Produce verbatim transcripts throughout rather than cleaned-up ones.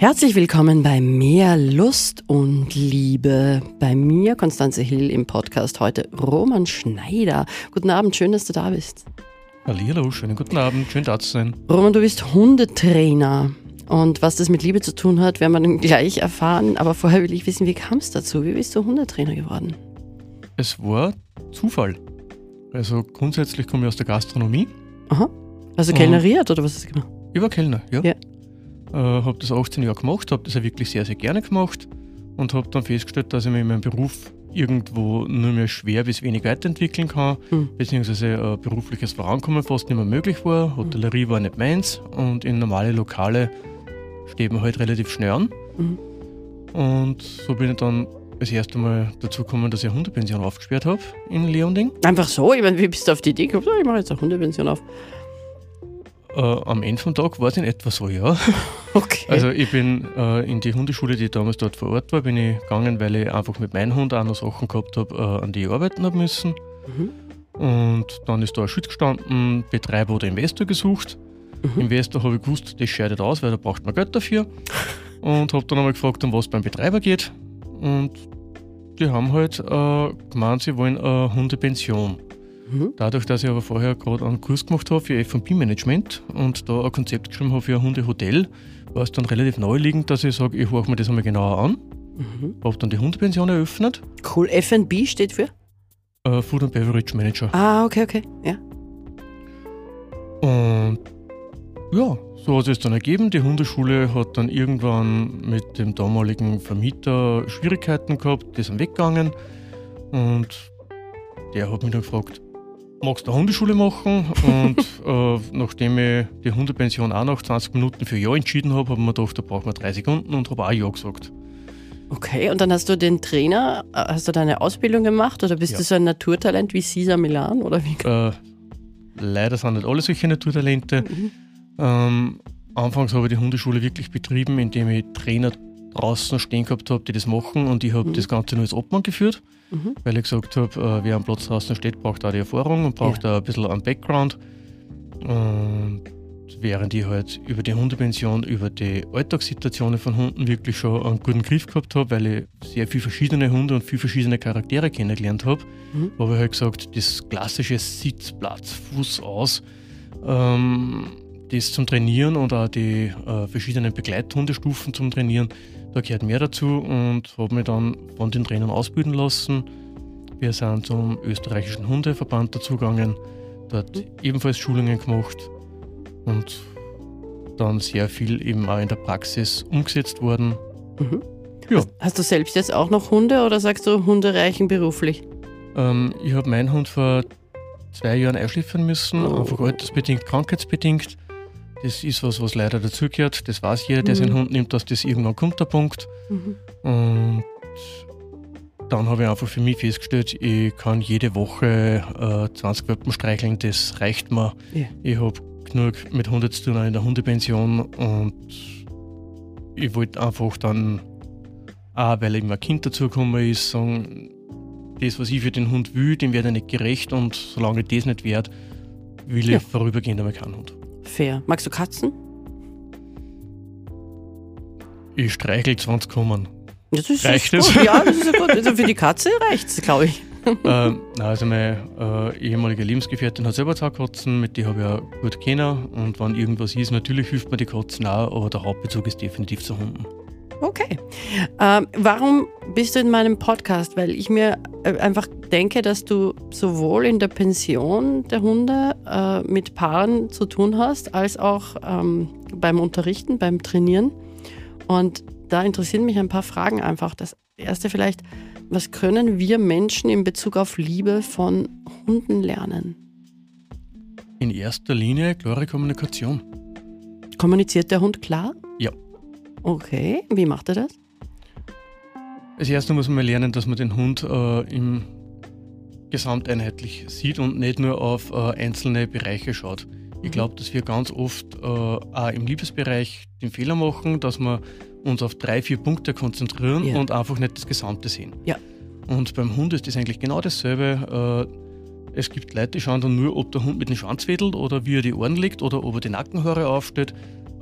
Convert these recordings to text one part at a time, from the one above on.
Herzlich willkommen bei Mehr Lust und Liebe. Bei mir, Konstanze Hill, im Podcast heute Roman Schneider. Guten Abend, schön, dass du da bist. Hallihallo, schönen guten Abend, schön da zu sein. Roman, du bist Hundetrainer. Und was das mit Liebe zu tun hat, werden wir dann gleich erfahren. Aber vorher will ich wissen, wie kam es dazu? Wie bist du Hundetrainer geworden? Es war Zufall. Also grundsätzlich komme ich aus der Gastronomie. Aha. Hast du kellneriert oder was hast du gemacht? Ich war Kellner, ja. Ja. Äh, habe das achtzehn Jahre gemacht, habe das auch wirklich sehr, sehr gerne gemacht und habe dann festgestellt, dass ich mich in meinem Beruf irgendwo nur mehr schwer bis wenig weiterentwickeln kann, mhm. beziehungsweise äh, berufliches Vorankommen fast nicht mehr möglich war. Hotellerie war nicht meins und in normale Lokale steht man halt relativ schnell an. Mhm. Und so bin ich dann das erste Mal dazu gekommen, dass ich eine Hundepension aufgesperrt habe in Leonding. Einfach so? Ich meine, wie bist du auf die Idee gekommen? Ich mache jetzt eine Hundepension auf. Äh, am Ende vom Tag war es in etwa so, ja. Okay. Also ich bin äh, in die Hundeschule, die damals dort vor Ort war, bin ich gegangen, weil ich einfach mit meinem Hund auch noch Sachen gehabt habe, äh, an die ich arbeiten habe müssen. Mhm. Und dann ist da ein Schild gestanden, Betreiber oder Investor gesucht. Mhm. Investor habe ich gewusst, das scheidet aus, weil da braucht man Geld dafür. Und habe dann einmal gefragt, um was beim Betreiber geht. Und die haben halt äh, gemeint, sie wollen eine Hundepension. Mhm. Dadurch, dass ich aber vorher gerade einen Kurs gemacht habe für F und B-Management und da ein Konzept geschrieben habe für ein Hundehotel, war es dann relativ naheliegend, dass ich sage, ich horche mir das einmal genauer an. Mhm. Habe dann die Hundepension eröffnet. Cool. F und B steht für? Äh, Food and Beverage Manager. Ah, okay, okay. Ja. Und ja, so hat es dann ergeben. Die Hundeschule hat dann irgendwann mit dem damaligen Vermieter Schwierigkeiten gehabt, die sind weggegangen und der hat mich dann gefragt, magst du eine Hundeschule machen? Und äh, nachdem ich die Hundepension auch nach zwanzig Minuten für Ja entschieden habe, habe ich mir gedacht, da brauchen wir drei Sekunden und habe auch Ja gesagt. Okay, und dann hast du den Trainer, hast du deine Ausbildung gemacht oder bist ja. du so ein Naturtalent wie Cesar Millan? Oder wie? Äh, leider sind nicht alle solche Naturtalente. Mhm. Ähm, anfangs habe ich die Hundeschule wirklich betrieben, indem ich Trainer draußen stehen gehabt habe, die das machen und ich habe mhm. das Ganze nur als Obmann geführt, mhm. weil ich gesagt habe, äh, wer am Platz draußen steht, braucht auch die Erfahrung und braucht ja. auch ein bisschen einen Background. Und während ich halt über die Hundepension, über die Alltagssituationen von Hunden wirklich schon einen guten Griff gehabt habe, weil ich sehr viele verschiedene Hunde und viele verschiedene Charaktere kennengelernt habe, mhm. habe ich halt gesagt, das klassische Sitzplatz, Fuß aus, ähm, das zum Trainieren und auch die äh, verschiedenen Begleithundestufen zum Trainieren, da gehört mehr dazu und habe mich dann von den Trainern ausbilden lassen. Wir sind zum österreichischen Hundeverband dazugegangen, dort mhm. ebenfalls Schulungen gemacht und dann sehr viel eben auch in der Praxis umgesetzt worden. Mhm. Ja. Hast, hast du selbst jetzt auch noch Hunde oder sagst du, Hunde reichen beruflich? Ähm, ich habe meinen Hund vor zwei Jahren einschläfern müssen, oh. einfach altersbedingt, krankheitsbedingt. Das ist was, was leider dazugehört. Das weiß jeder, der mhm. seinen Hund nimmt, dass das irgendwann kommt, der Punkt. Mhm. Und dann habe ich einfach für mich festgestellt, ich kann jede Woche äh, zwanzig Welpen streicheln, das reicht mir. Yeah. Ich habe genug mit Hunden zu tun, auch in der Hundepension. Und ich wollte einfach dann, auch weil eben ein Kind dazugekommen ist, sagen, das, was ich für den Hund will, dem werde ich nicht gerecht. Und solange ich das nicht werde, will ja. ich vorübergehend einmal keinen Hund. Fair. Magst du Katzen? Ich streichel zwanzig kommen. Das ist reicht gut. es? Ja, das ist ja gut. Also für die Katze reicht es, glaube ich. ähm, also meine äh, ehemalige Lebensgefährtin hat selber zwei Katzen, mit denen habe ich auch gut kennen. Und wenn irgendwas ist, natürlich hilft mir die Katzen auch, aber der Hauptbezug ist definitiv zu Hunden. Okay. Ähm, warum bist du in meinem Podcast? Weil ich mir einfach denke, dass du sowohl in der Pension der Hunde äh, mit Paaren zu tun hast, als auch ähm, beim Unterrichten, beim Trainieren. Und da interessieren mich ein paar Fragen einfach. Das erste vielleicht, was können wir Menschen in Bezug auf Liebe von Hunden lernen? In erster Linie klare Kommunikation. Kommuniziert der Hund klar? Ja. Okay, wie macht er das? Als erstes muss man mal lernen, dass man den Hund äh, im gesamteinheitlich sieht und nicht nur auf äh, einzelne Bereiche schaut. Ich glaube, dass wir ganz oft äh, auch im Liebesbereich den Fehler machen, dass wir uns auf drei, vier Punkte konzentrieren ja. und einfach nicht das Gesamte sehen. Ja. Und beim Hund ist das eigentlich genau dasselbe. Äh, es gibt Leute, die schauen dann nur, ob der Hund mit dem Schwanz wedelt oder wie er die Ohren legt oder ob er die Nackenhaare aufstellt.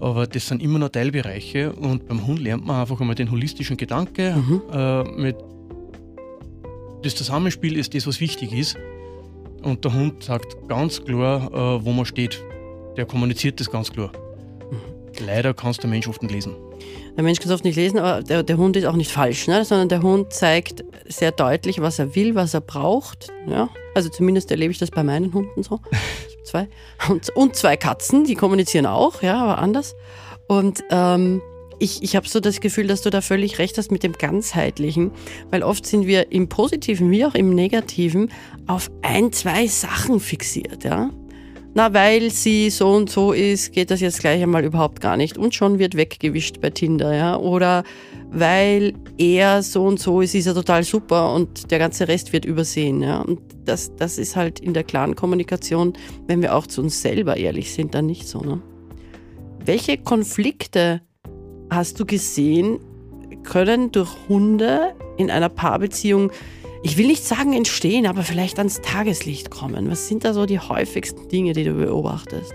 Aber das sind immer noch Teilbereiche und beim Hund lernt man einfach einmal den holistischen Gedanke. Mhm. Äh, mit das Zusammenspiel ist das, was wichtig ist. Und der Hund sagt ganz klar, äh, wo man steht. Der kommuniziert das ganz klar. Mhm. Leider kann es der Mensch oft nicht lesen. Der Mensch kann es oft nicht lesen, aber der, der Hund ist auch nicht falsch, ne? Sondern der Hund zeigt sehr deutlich, was er will, was er braucht. Ja? Also zumindest erlebe ich das bei meinen Hunden so. Ich habe zwei. Und, und zwei Katzen, die kommunizieren auch, ja, aber anders. Und ähm, ich, ich habe so das Gefühl, dass du da völlig recht hast mit dem Ganzheitlichen, weil oft sind wir im Positiven wie auch im Negativen auf ein, zwei Sachen fixiert, ja. Na, weil sie so und so ist, geht das jetzt gleich einmal überhaupt gar nicht. Und schon wird weggewischt bei Tinder, ja. Oder weil er so und so ist, ist er total super und der ganze Rest wird übersehen, ja. Und das, das ist halt in der klaren Kommunikation, wenn wir auch zu uns selber ehrlich sind, dann nicht so, ne? Welche Konflikte hast du gesehen, können durch Hunde in einer Paarbeziehung, ich will nicht sagen entstehen, aber vielleicht ans Tageslicht kommen? Was sind da so die häufigsten Dinge, die du beobachtest?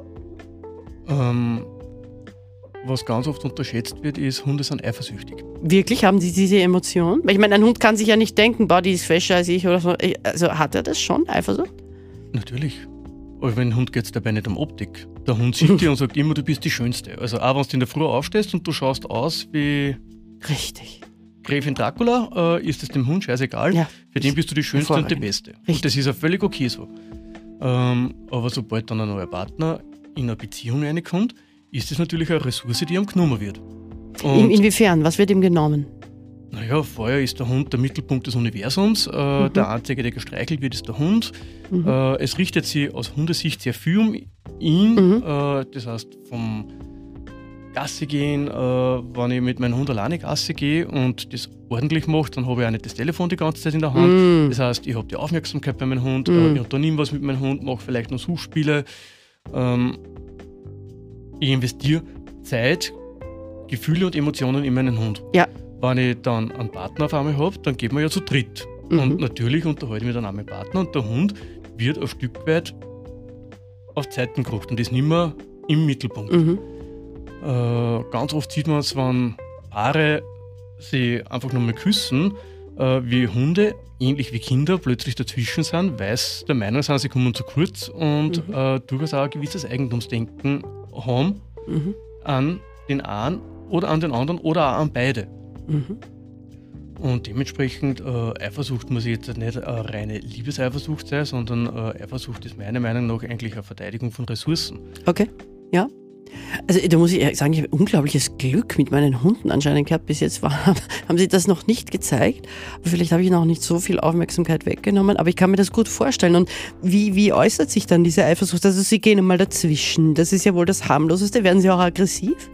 Ähm, was ganz oft unterschätzt wird, ist, Hunde sind eifersüchtig. Wirklich, haben sie diese Emotion? Ich meine, ein Hund kann sich ja nicht denken, boah, die ist fescher als ich oder so. Also hat er das schon, Eifersucht? Natürlich. Aber wenn ein Hund geht es dabei nicht um Optik. Der Hund sieht dir und sagt immer, du bist die Schönste. Also auch wenn du in der Früh aufstehst und du schaust aus wie Richtig. Gräfin Dracula, äh, ist es dem Hund scheißegal. Ja. Für den bist du die Schönste und die Beste. Richtig. Und das ist ja völlig okay so. Ähm, aber sobald dann ein neuer Partner in eine Beziehung reinkommt, ist das natürlich eine Ressource, die ihm genommen wird. In, inwiefern? Was wird ihm genommen? Naja, vorher ist der Hund der Mittelpunkt des Universums. Äh, mhm. Der Einzige, der gestreichelt wird, ist der Hund. Mhm. Äh, es richtet sich aus Hundesicht sehr viel um ihn. Mhm. Äh, das heißt, vom Gassi gehen, äh, wenn ich mit meinem Hund alleine Gassi gehe und das ordentlich mache, dann habe ich auch nicht das Telefon die ganze Zeit in der Hand. Mm. Das heißt, ich habe die Aufmerksamkeit bei meinem Hund, mm. äh, ich unternehme was mit meinem Hund, mache vielleicht noch Suchspiele. Ähm, ich investiere Zeit, Gefühle und Emotionen in meinen Hund. Ja. Wenn ich dann einen Partner auf einmal habe, dann geht man ja zu dritt. Mhm. Und natürlich unterhalte ich mich dann auch mit dem Partner und der Hund wird ein Stück weit auf Zeiten gebracht und ist nicht mehr im Mittelpunkt. Mhm. Äh, ganz oft sieht man es, wenn Paare sie einfach nur mal küssen, äh, wie Hunde, ähnlich wie Kinder, plötzlich dazwischen sind, weil sie der Meinung sind, sie kommen zu kurz und mhm. äh, durchaus auch ein gewisses Eigentumsdenken haben mhm. an den einen oder an den anderen oder auch an beide. Mhm. Und dementsprechend äh, Eifersucht muss jetzt nicht eine reine Liebeseifersucht sein, sondern äh, Eifersucht ist meiner Meinung nach eigentlich eine Verteidigung von Ressourcen. Okay, ja. Also da muss ich sagen, ich habe unglaubliches Glück mit meinen Hunden anscheinend gehabt. Bis jetzt war, haben sie das noch nicht gezeigt. Aber vielleicht habe ich noch nicht so viel Aufmerksamkeit weggenommen. Aber ich kann mir das gut vorstellen. Und wie, wie äußert sich dann diese Eifersucht? Also sie gehen einmal dazwischen. Das ist ja wohl das Harmloseste. Werden sie auch aggressiv?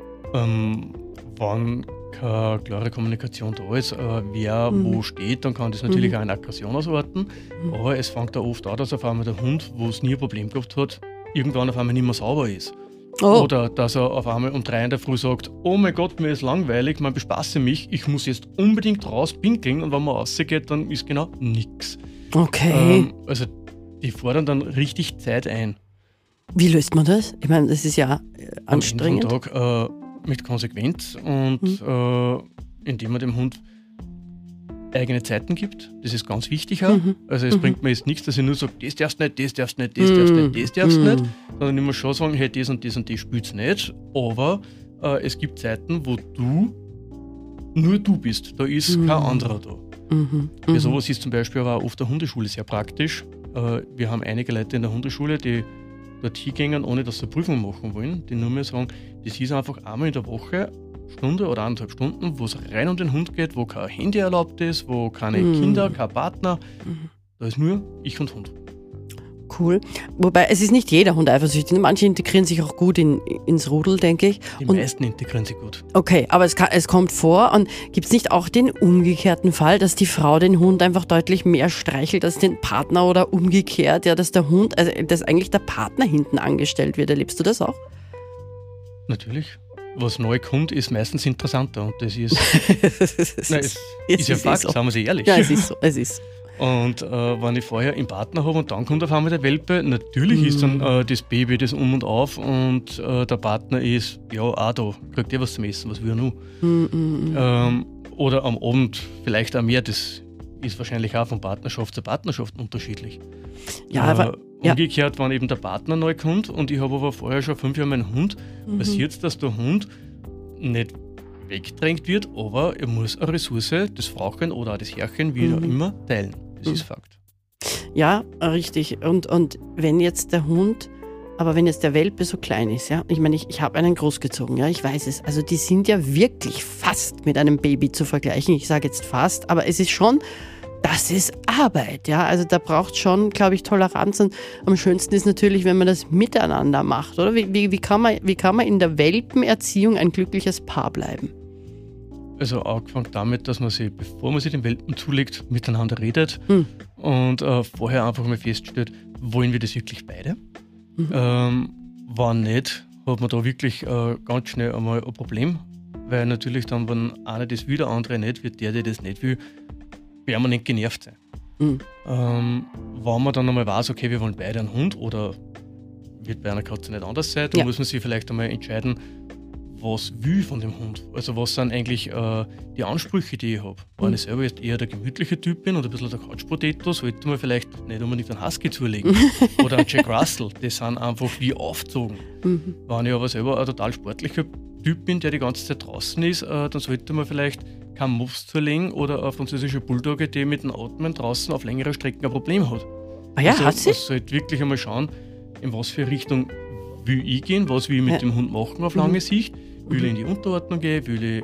Ähm, wann keine klare Kommunikation da ist, äh, wer mhm. wo steht, dann kann das natürlich mhm. auch eine Aggression ausarten. Mhm. Aber es fängt da oft an, dass auf einmal der Hund, wo es nie ein Problem gehabt hat, irgendwann auf einmal nicht mehr sauber ist. Oh. Oder dass er auf einmal um drei in der Früh sagt, oh mein Gott, mir ist langweilig, man bespaße mich, ich muss jetzt unbedingt raus pinkeln und wenn man rausgeht, dann ist genau nichts. Okay. Ähm, also die fordern dann richtig Zeit ein. Wie löst man das? Ich meine, das ist ja anstrengend. Am Ende vom Tag äh, mit Konsequenz und mhm. äh, indem man dem Hund eigene Zeiten gibt. Das ist ganz wichtig auch. Mhm. Also es mhm. bringt mir jetzt nichts, dass ich nur sage, das darfst du nicht, das darfst du nicht, das darfst du nicht, das darfst du nicht. Sondern ich muss schon sagen, hey, das und das und das spielst du nicht. Aber äh, es gibt Zeiten, wo du nur du bist. Da ist mhm. kein anderer da. Mhm. Für mhm. sowas ist zum Beispiel aber auch auf der Hundeschule sehr praktisch. Äh, wir haben einige Leute in der Hundeschule, die dort hingehen, ohne dass sie eine Prüfung machen wollen, die nur mehr sagen, das ist einfach einmal in der Woche Stunde oder anderthalb Stunden, wo es rein um den Hund geht, wo kein Handy erlaubt ist, wo keine mm. Kinder, kein Partner. Mm. Da ist nur ich und Hund. Cool. Wobei, es ist nicht jeder Hund eifersüchtig. Manche integrieren sich auch gut in, ins Rudel, denke ich. Die und, meisten integrieren sich gut. Okay, aber es, kann, es kommt vor. Und gibt es nicht auch den umgekehrten Fall, dass die Frau den Hund einfach deutlich mehr streichelt als den Partner oder umgekehrt, ja, dass der Hund, also dass eigentlich der Partner hinten angestellt wird? Erlebst du das auch? Natürlich. Was neu kommt, ist meistens interessanter und das ist, nein, es ist ja Fakt, so. sagen wir sie ehrlich. Ja, es ist so, es ist Und äh, wenn ich vorher einen Partner habe und dann kommt auf einmal der Welpe, natürlich mm. ist dann äh, das Baby das um und auf und äh, der Partner ist, ja, auch da, kriegt ihr was zum Essen, was will er noch? Mm, mm, ähm, oder am Abend vielleicht auch mehr, das ist wahrscheinlich auch von Partnerschaft zu Partnerschaft unterschiedlich. Ja, aber äh, umgekehrt, ja. wenn eben der Partner neu kommt und ich habe aber vorher schon fünf Jahre meinen Hund, mhm. passiert es, dass der Hund nicht weggedrängt wird, aber er muss eine Ressource, das Frauchen oder auch das Herrchen, wie mhm. immer, teilen. Das mhm. ist Fakt. Ja, richtig. Und, und wenn jetzt der Hund, aber wenn jetzt der Welpe so klein ist, ja, ich meine, ich, ich habe einen großgezogen, ja, ich weiß es. Also die sind ja wirklich fast mit einem Baby zu vergleichen. Ich sage jetzt fast, aber es ist schon, das ist Arbeit, ja. Also da braucht schon, glaube ich, Toleranz. Und am schönsten ist natürlich, wenn man das miteinander macht, oder? Wie, wie, wie, kann man, wie kann man in der Welpenerziehung ein glückliches Paar bleiben? Also angefangen damit, dass man sich, bevor man sich den Welpen zulegt, miteinander redet hm. und äh, vorher einfach mal feststellt, wollen wir das wirklich beide? Mhm. Ähm, wenn nicht, hat man da wirklich äh, ganz schnell einmal ein Problem, weil natürlich dann, wenn einer das will, der andere nicht, wird der, der das nicht will, permanent genervt sein. Mhm. Ähm, wenn man dann einmal weiß, okay, wir wollen beide einen Hund oder wird bei einer Katze nicht anders sein, dann ja. muss man sich vielleicht einmal entscheiden, was will ich von dem Hund? Also was sind eigentlich äh, die Ansprüche, die ich habe? Wenn mhm. ich selber jetzt eher der gemütliche Typ bin oder ein bisschen der Couch-Potato, sollte man vielleicht nicht unbedingt einen Husky zulegen oder einen Jack Russell. Die sind einfach wie aufgezogen. Mhm. Wenn ich aber selber ein total sportlicher Typ bin, der die ganze Zeit draußen ist, äh, dann sollte man vielleicht keinen Mops zulegen oder eine französische Bulldogge, die mit dem Atmen draußen auf längere Strecken ein Problem hat. Ah ja, also, hat sie? Man sollte wirklich einmal schauen, in was für Richtung will ich gehen, was will ich mit ja. dem Hund machen auf lange mhm. Sicht. Will ich in die Unterordnung gehen, will ich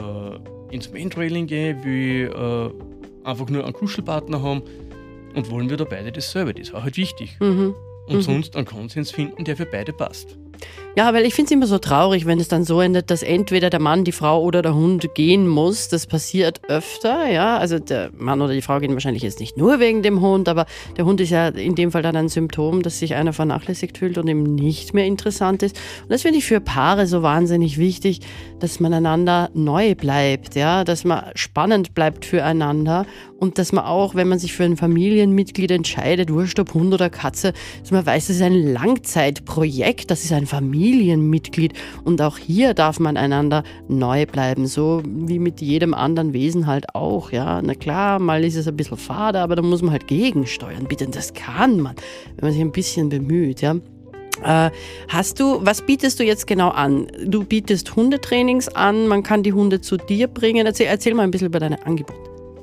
äh, ins Main-Trailing gehen, will ich äh, einfach nur einen Kuschelpartner haben und wollen wir da beide dasselbe. Das war halt wichtig. Mhm. Und mhm. sonst einen Konsens finden, der für beide passt. Ja, weil ich finde es immer so traurig, wenn es dann so endet, dass entweder der Mann, die Frau oder der Hund gehen muss. Das passiert öfter, ja. Also der Mann oder die Frau gehen wahrscheinlich jetzt nicht nur wegen dem Hund, aber der Hund ist ja in dem Fall dann ein Symptom, dass sich einer vernachlässigt fühlt und ihm nicht mehr interessant ist. Und das finde ich für Paare so wahnsinnig wichtig, dass man einander neu bleibt, ja, dass man spannend bleibt füreinander und dass man auch, wenn man sich für ein Familienmitglied entscheidet, wurscht ob Hund oder Katze, dass man weiß, das ist ein Langzeitprojekt, das ist ein Familienmitglied und auch hier darf man einander neu bleiben, so wie mit jedem anderen Wesen halt auch, ja. Na klar, mal ist es ein bisschen fade, aber da muss man halt gegensteuern, bitte, das kann man, wenn man sich ein bisschen bemüht, ja. Äh, hast du, was bietest du jetzt genau an? Du bietest Hundetrainings an, man kann die Hunde zu dir bringen. Erzähl, erzähl mal ein bisschen über deine Angebote.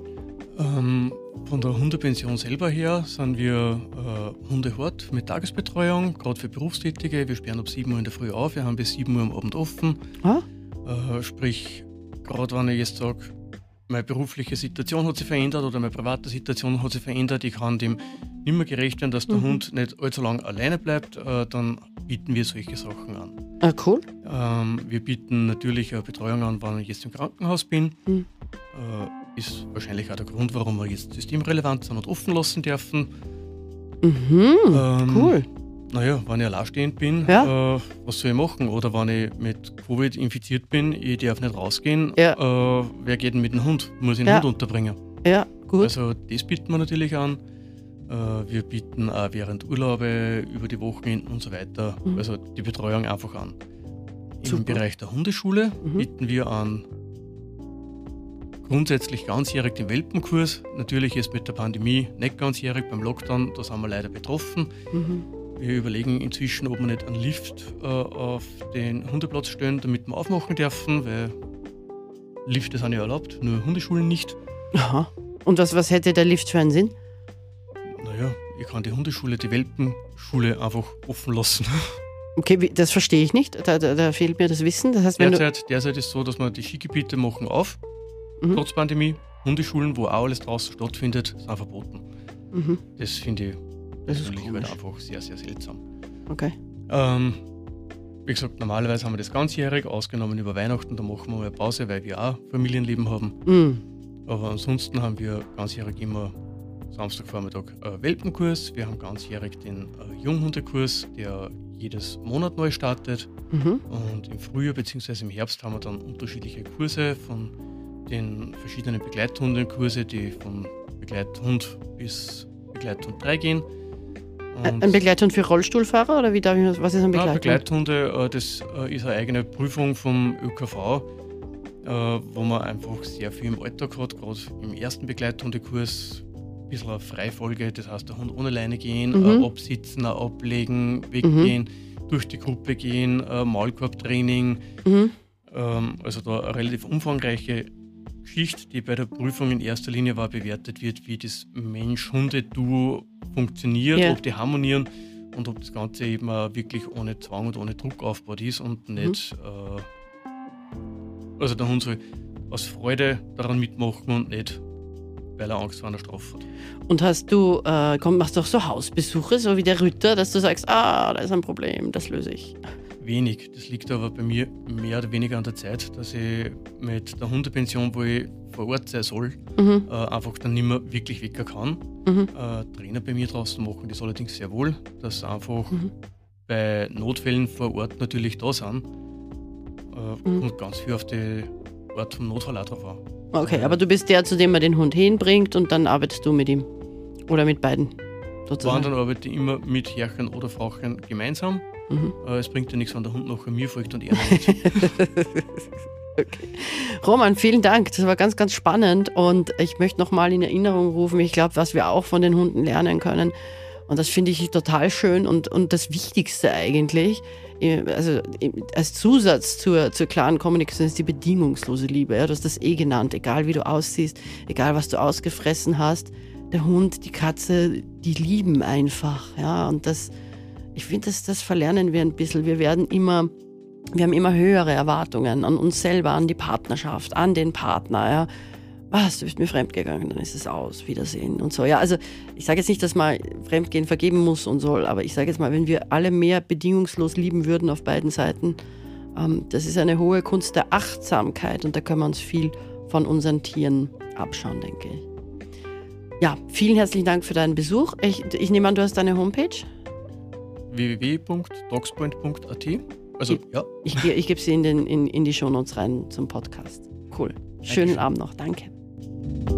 Ähm, von der Hundepension selber her sind wir äh, Hundehort mit Tagesbetreuung, gerade für Berufstätige. Wir sperren ab sieben Uhr in der Früh auf, wir haben bis sieben Uhr am Abend offen. Ah? Äh, sprich, gerade wenn ich jetzt sage, meine berufliche Situation hat sich verändert oder meine private Situation hat sich verändert, ich kann dem nicht mehr gerecht werden, dass der mhm. Hund nicht allzu lange alleine bleibt, äh, dann bieten wir solche Sachen an. Ah, cool. Ähm, wir bieten natürlich eine Betreuung an, wenn ich jetzt im Krankenhaus bin. Mhm. Äh, ist wahrscheinlich auch der Grund, warum wir jetzt systemrelevant sind und offen lassen dürfen. Mhm, ähm, cool. Naja, wenn ich alleinstehend bin, ja. äh, was soll ich machen? Oder wenn ich mit Covid infiziert bin, ich darf nicht rausgehen, ja. äh, wer geht denn mit dem Hund? Muss ich den ja. Hund unterbringen? Ja, gut. Also das bieten wir natürlich an. Äh, wir bieten auch während Urlaube, über die Wochenenden und so weiter, mhm. also die Betreuung einfach an. Super. Im Bereich der Hundeschule mhm. bieten wir an grundsätzlich ganzjährig den Welpenkurs. Natürlich ist mit der Pandemie nicht ganzjährig, beim Lockdown, da sind wir leider betroffen. Mhm. Wir überlegen inzwischen, ob wir nicht einen Lift äh, auf den Hundeplatz stellen, damit wir aufmachen dürfen, weil Lifte sind ja erlaubt, nur Hundeschulen nicht. Aha. Und was, was hätte der Lift für einen Sinn? Naja, ich kann die Hundeschule, die Welpenschule einfach offen lassen. Okay, das verstehe ich nicht, da, da, da fehlt mir das Wissen. Das heißt, wenn derzeit, du derzeit ist es so, dass wir die Skigebiete machen auf, mhm. trotz Pandemie. Hundeschulen, wo auch alles draußen stattfindet, sind verboten. Mhm. Das finde ich persönlich halt einfach sehr, sehr seltsam. Okay. Ähm, wie gesagt, normalerweise haben wir das ganzjährig, ausgenommen über Weihnachten, da machen wir mal eine Pause, weil wir auch Familienleben haben. Mhm. Aber ansonsten haben wir ganzjährig immer Samstagvormittag äh, Welpenkurs. Wir haben ganzjährig den äh, Junghundekurs, der jedes Monat neu startet. Mhm. Und im Frühjahr bzw. im Herbst haben wir dann unterschiedliche Kurse von den verschiedenen Begleithundenkurse, die von Begleithund bis Begleithund drei gehen. Und ein Begleithund für Rollstuhlfahrer oder wie darf ich, was ist ein Begleithund? Ja, Begleithunde, das ist eine eigene Prüfung vom Ö K V, wo man einfach sehr viel im Alltag hat, gerade im ersten Begleithundekurs. Ein bisschen eine Freifolge, das heißt, der Hund ohne Leine gehen, mhm. absitzen, ablegen, weggehen, mhm. durch die Gruppe gehen, Maulkorbtraining. Mhm. Ähm, also da eine relativ umfangreiche Geschichte, die bei der Prüfung in erster Linie war bewertet wird, wie das Mensch-Hunde-Duo funktioniert, yeah. ob die harmonieren und ob das Ganze eben auch wirklich ohne Zwang und ohne Druck aufgebaut ist und nicht, mhm. äh, also der Hund soll aus Freude daran mitmachen und nicht, weil er Angst vor einer Strafe hat. Und hast du, äh, komm, machst du auch so Hausbesuche, so wie der Ritter, dass du sagst, ah, da ist ein Problem, das löse ich? Wenig. Das liegt aber bei mir mehr oder weniger an der Zeit, dass ich mit der Hundepension, wo ich vor Ort sein soll, mhm. äh, einfach dann nicht mehr wirklich weg kann. Mhm. Äh, Trainer bei mir draußen machen das allerdings sehr wohl, dass sie einfach mhm. bei Notfällen vor Ort natürlich da sind. Äh, mhm. Und ganz viel auf die Art vom Notfall auch drauf an. Okay, aber du bist der, zu dem man den Hund hinbringt und dann arbeitest du mit ihm? Oder mit beiden? Sozusagen. Dann arbeite ich immer mit Herrchen oder Frauchen gemeinsam. Mhm. Äh, es bringt ja nichts, wenn der Hund nachher mir folgt und er nicht. Okay. Roman, vielen Dank. Das war ganz, ganz spannend und ich möchte nochmal in Erinnerung rufen, ich glaube, was wir auch von den Hunden lernen können und das finde ich total schön und, und das Wichtigste eigentlich, also als Zusatz zur, zur klaren Kommunikation ist die bedingungslose Liebe. Ja? Du hast das eh genannt, egal wie du aussiehst, egal was du ausgefressen hast, der Hund, die Katze, die lieben einfach. Ja? Und das, ich finde, das, das verlernen wir ein bisschen. Wir werden immer Wir haben immer höhere Erwartungen an uns selber, an die Partnerschaft, an den Partner. Ja. Was, du bist mir fremdgegangen, dann ist es aus, Wiedersehen und so. Ja, also ich sage jetzt nicht, dass man Fremdgehen vergeben muss und soll, aber ich sage jetzt mal, wenn wir alle mehr bedingungslos lieben würden auf beiden Seiten, ähm, das ist eine hohe Kunst der Achtsamkeit und da können wir uns viel von unseren Tieren abschauen, denke ich. Ja, vielen herzlichen Dank für deinen Besuch. Ich, ich nehme an, du hast deine Homepage? w w w punkt dogspoint punkt a t. Also, ich, ja. Ich, ich gebe sie in, den, in, in die Shownotes rein zum Podcast. Cool. Schönen Dankeschön. Abend noch. Danke.